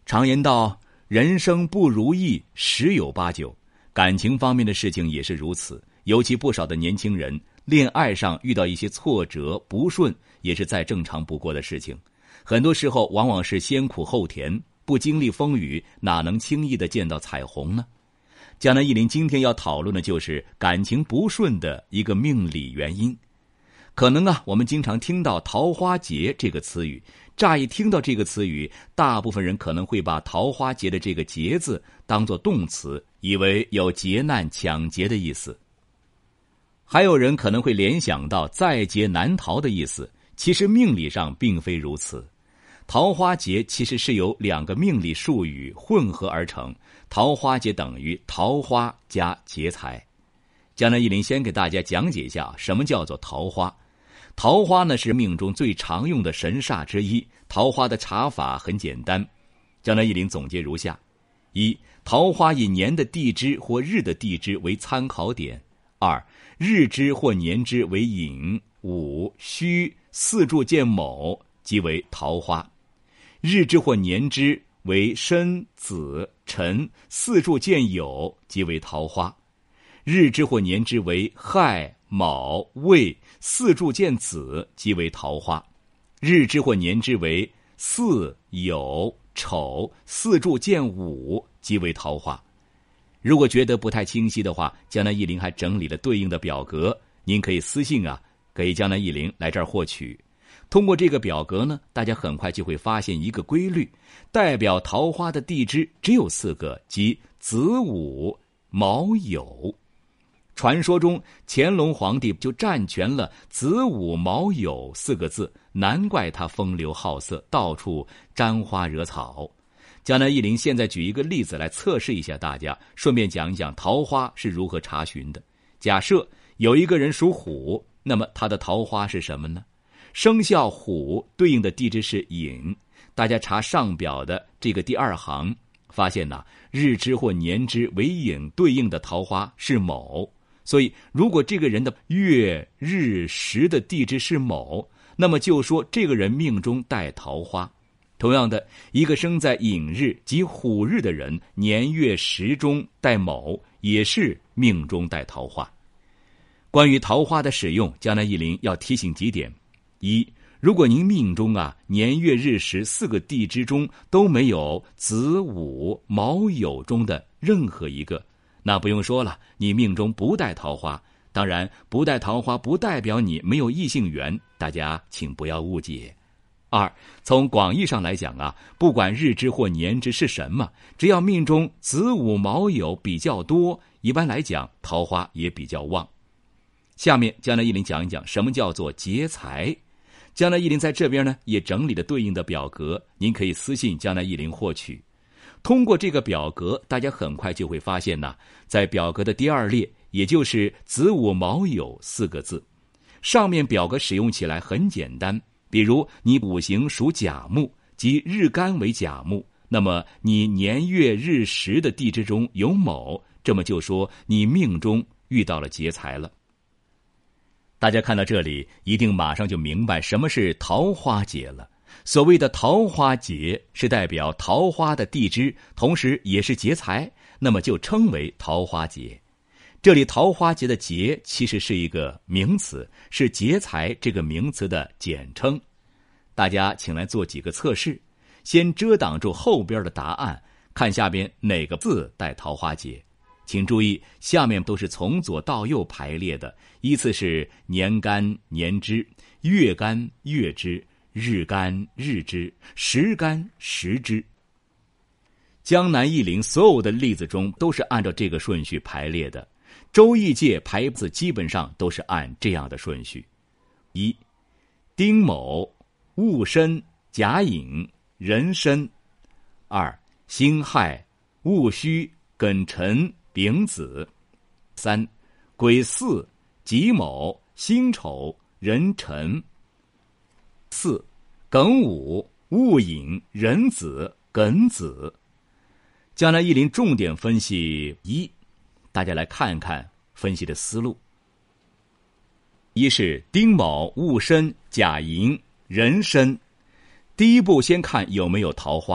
常言道，人生不如意十有八九，感情方面的事情也是如此。尤其不少的年轻人恋爱上遇到一些挫折不顺，也是再正常不过的事情。很多时候往往是先苦后甜，不经历风雨，哪能轻易的见到彩虹呢？江南忆林今天要讨论的就是感情不顺的一个命理原因。可能我们经常听到桃花劫这个词语，乍一听到这个词语，大部分人可能会把桃花劫的这个劫字当作动词，以为有劫难抢劫的意思。还有人可能会联想到在劫难逃的意思，其实命理上并非如此。桃花劫其实是由两个命理术语混合而成，桃花劫等于桃花加劫财。江南忆林先给大家讲解一下什么叫做桃花。桃花呢是命中最常用的神煞之一，桃花的查法很简单。江南忆林总结如下：一、桃花以年的地支或日的地支为参考点；二、日支或年支为寅、午、戌四柱见卯即为桃花；日支或年支为申、子、辰四柱见酉即为桃花；日支或年支为亥、卯、未四柱见子即为桃花；日支或年支为巳、酉、丑四柱见午即为桃花。如果觉得不太清晰的话，江南忆林还整理了对应的表格，您可以私信给江南忆林来这儿获取。通过这个表格呢，大家很快就会发现一个规律，代表桃花的地支只有4个，即子午卯酉。传说中乾隆皇帝就占全了子午卯酉4个字，难怪他风流好色，到处沾花惹草。江南忆林现在举一个例子来测试一下大家，顺便讲一讲桃花是如何查询的。假设有一个人属虎，那么他的桃花是什么呢？生肖虎对应的地支是寅，大家查上表的这个第2行，发现日支或年支为寅对应的桃花是卯。所以如果这个人的月日时的地支是卯，那么就说这个人命中带桃花。同样的，一个生在寅日及虎日的人，年月时中带卯，也是命中带桃花。关于桃花的使用，江南忆林要提醒几点：一、如果您命中年月日时4个地支中都没有子午卯酉中的任何一个，那不用说了，你命中不带桃花。当然，不带桃花不代表你没有异性缘，大家请不要误解。二、从广义上来讲不管日支或年支是什么，只要命中子午卯酉比较多，一般来讲桃花也比较旺。下面江南忆林讲一讲什么叫做劫财。江南忆林在这边呢也整理了对应的表格，您可以私信江南忆林获取。通过这个表格，大家很快就会发现在表格的第2列，也就是子午卯酉4个字，上面表格使用起来很简单。比如你五行属甲木，即日干为甲木，那么你年月日时的地支中有卯，这么就说你命中遇到了劫财了。大家看到这里，一定马上就明白什么是桃花劫了。所谓的桃花劫是代表桃花的地支，同时也是劫财，那么就称为桃花劫。这里桃花劫的劫其实是一个名词，是劫财这个名词的简称。大家请来做几个测试，先遮挡住后边的答案，看下边哪个字带桃花劫。请注意，下面都是从左到右排列的，依次是年干年支、月干月支、日干日支、时干时支。江南忆林所有的例子中都是按照这个顺序排列的，周易界排字基本上都是按这样的顺序：一、丁卯、戊申、甲寅、壬申；二、辛亥、戊戌、庚辰、丙子；三、癸巳、己卯、辛丑、壬辰；四、庚午、戊寅、壬子、庚子。江南忆林重点分析一，大家来看看分析的思路。一是丁卯、戊申、甲寅、壬申。第一步先看有没有桃花。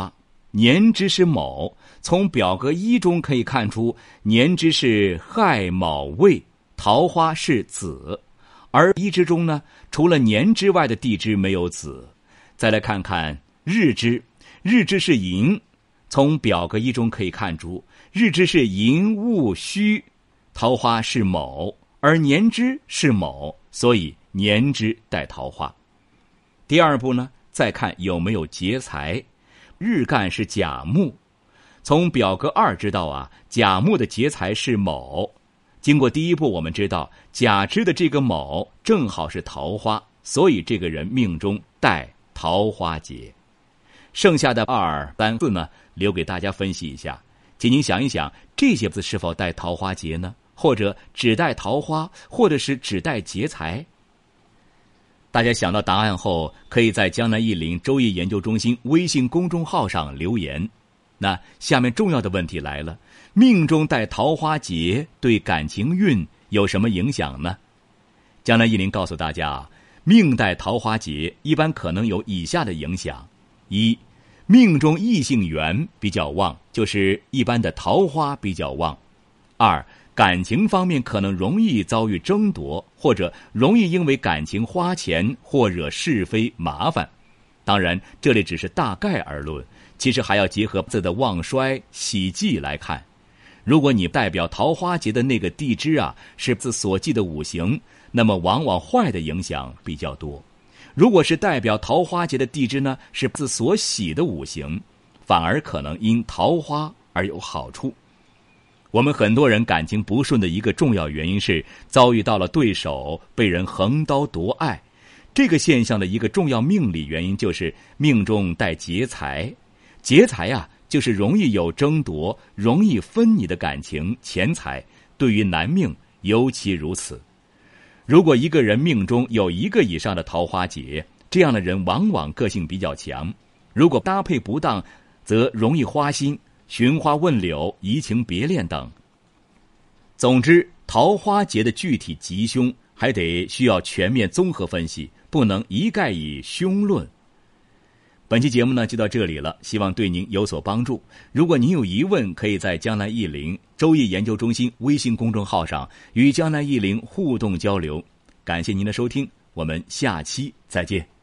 年支是卯，从表格1中可以看出，年支是亥卯未，桃花是子。而一支中呢，除了年之外的地支没有子。再来看看日支，日支是寅，从表格1中可以看出，日支是寅戊戌，桃花是卯，而年支是卯，所以年支带桃花。第二步呢，再看有没有劫财。日干是甲木，从表格2知道啊，甲木的劫财是卯。经过第一步，我们知道甲支的这个卯正好是桃花，所以这个人命中带桃花劫。剩下的2、3、4呢，留给大家分析一下。请您想一想，这些字是否带桃花劫呢？或者只带桃花，或者是只带劫财？大家想到答案后，可以在江南易林周易研究中心微信公众号上留言。那下面重要的问题来了，命中带桃花劫对感情运有什么影响呢？江南易林告诉大家，命带桃花劫一般可能有以下的影响：一，命中异性缘比较旺，就是一般的桃花比较旺；二，感情方面可能容易遭遇争夺，或者容易因为感情花钱或惹是非麻烦。当然，这里只是大概而论，其实还要结合字的旺衰、喜忌来看。如果你代表桃花劫的那个地支啊是字所忌的五行，那么往往坏的影响比较多。如果是代表桃花劫的地支呢是字所喜的五行，反而可能因桃花而有好处。我们很多人感情不顺的一个重要原因是遭遇到了对手，被人横刀夺爱。这个现象的一个重要命理原因就是命中带劫财。劫财啊，就是容易有争夺，容易分你的感情、钱财，对于男命尤其如此。如果一个人命中有1个以上的桃花劫，这样的人往往个性比较强，如果搭配不当，则容易花心、寻花问柳、移情别恋等。总之，桃花劫的具体吉凶还得需要全面综合分析，不能一概以凶论。本期节目呢就到这里了，希望对您有所帮助。如果您有疑问，可以在江南易林周易研究中心微信公众号上与江南易林互动交流。感谢您的收听，我们下期再见。